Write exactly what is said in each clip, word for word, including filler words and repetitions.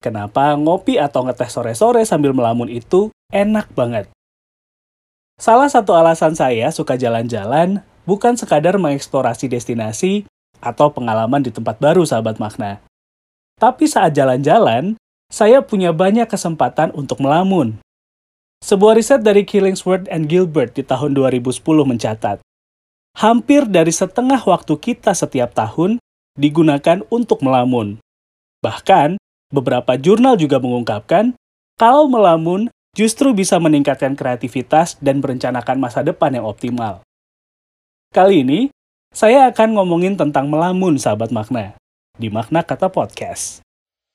kenapa ngopi atau ngeteh sore-sore sambil melamun itu enak banget. Salah satu alasan saya suka jalan-jalan bukan sekadar mengeksplorasi destinasi atau pengalaman di tempat baru, sahabat makna. Tapi saat jalan-jalan, saya punya banyak kesempatan untuk melamun. Sebuah riset dari Killingsworth and Gilbert di tahun dua ribu sepuluh mencatat, hampir dari setengah waktu kita setiap tahun digunakan untuk melamun. Bahkan, beberapa jurnal juga mengungkapkan kalau melamun justru bisa meningkatkan kreativitas dan merencanakan masa depan yang optimal. Kali ini, saya akan ngomongin tentang melamun, sahabat makna, di Makna Kata Podcast.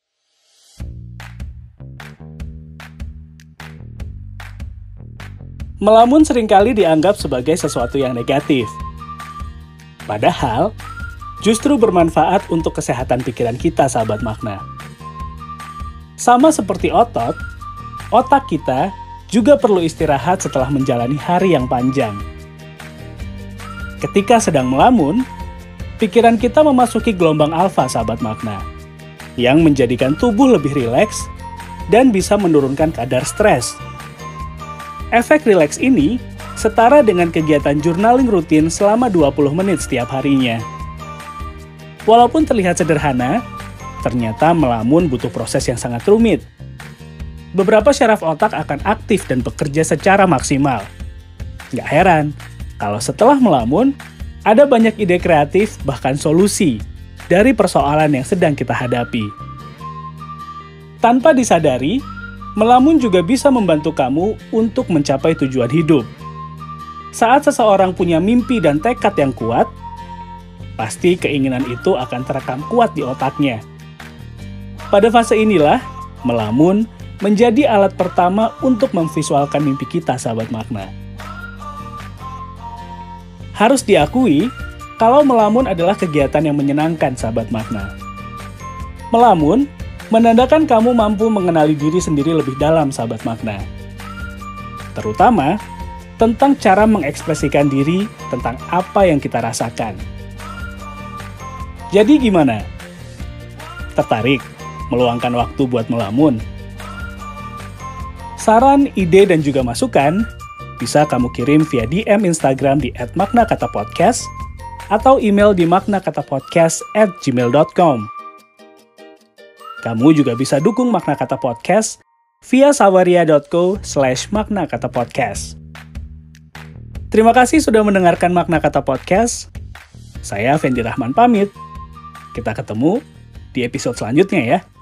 Melamun seringkali dianggap sebagai sesuatu yang negatif. Padahal, justru bermanfaat untuk kesehatan pikiran kita, sahabat makna. Sama seperti otot, otak kita juga perlu istirahat setelah menjalani hari yang panjang. Ketika sedang melamun, pikiran kita memasuki gelombang alfa, sahabat makna, yang menjadikan tubuh lebih rileks dan bisa menurunkan kadar stres. Efek rileks ini setara dengan kegiatan journaling rutin selama dua puluh menit setiap harinya. Walaupun terlihat sederhana, ternyata melamun butuh proses yang sangat rumit. Beberapa syaraf otak akan aktif dan bekerja secara maksimal. Nggak heran, kalau setelah melamun, ada banyak ide kreatif bahkan solusi dari persoalan yang sedang kita hadapi. Tanpa disadari, melamun juga bisa membantu kamu untuk mencapai tujuan hidup. Saat seseorang punya mimpi dan tekad yang kuat, pasti keinginan itu akan terekam kuat di otaknya. Pada fase inilah, melamun menjadi alat pertama untuk memvisualkan mimpi kita, sahabat makna. Harus diakui, kalau melamun adalah kegiatan yang menyenangkan, sahabat makna. Melamun menandakan kamu mampu mengenali diri sendiri lebih dalam, sahabat makna. Terutama tentang cara mengekspresikan diri tentang apa yang kita rasakan. Jadi gimana? Tertarik meluangkan waktu buat melamun? Saran, ide, dan juga masukan bisa kamu kirim via D M Instagram di et makna kata podcast atau email di maknakatapodcast at gmail dot com. Kamu juga bisa dukung Makna Kata Podcast via sawaria dot co slash makna kata podcast. Terima kasih sudah mendengarkan Makna Kata Podcast. Saya Fendi Rahman pamit. Kita ketemu di episode selanjutnya ya.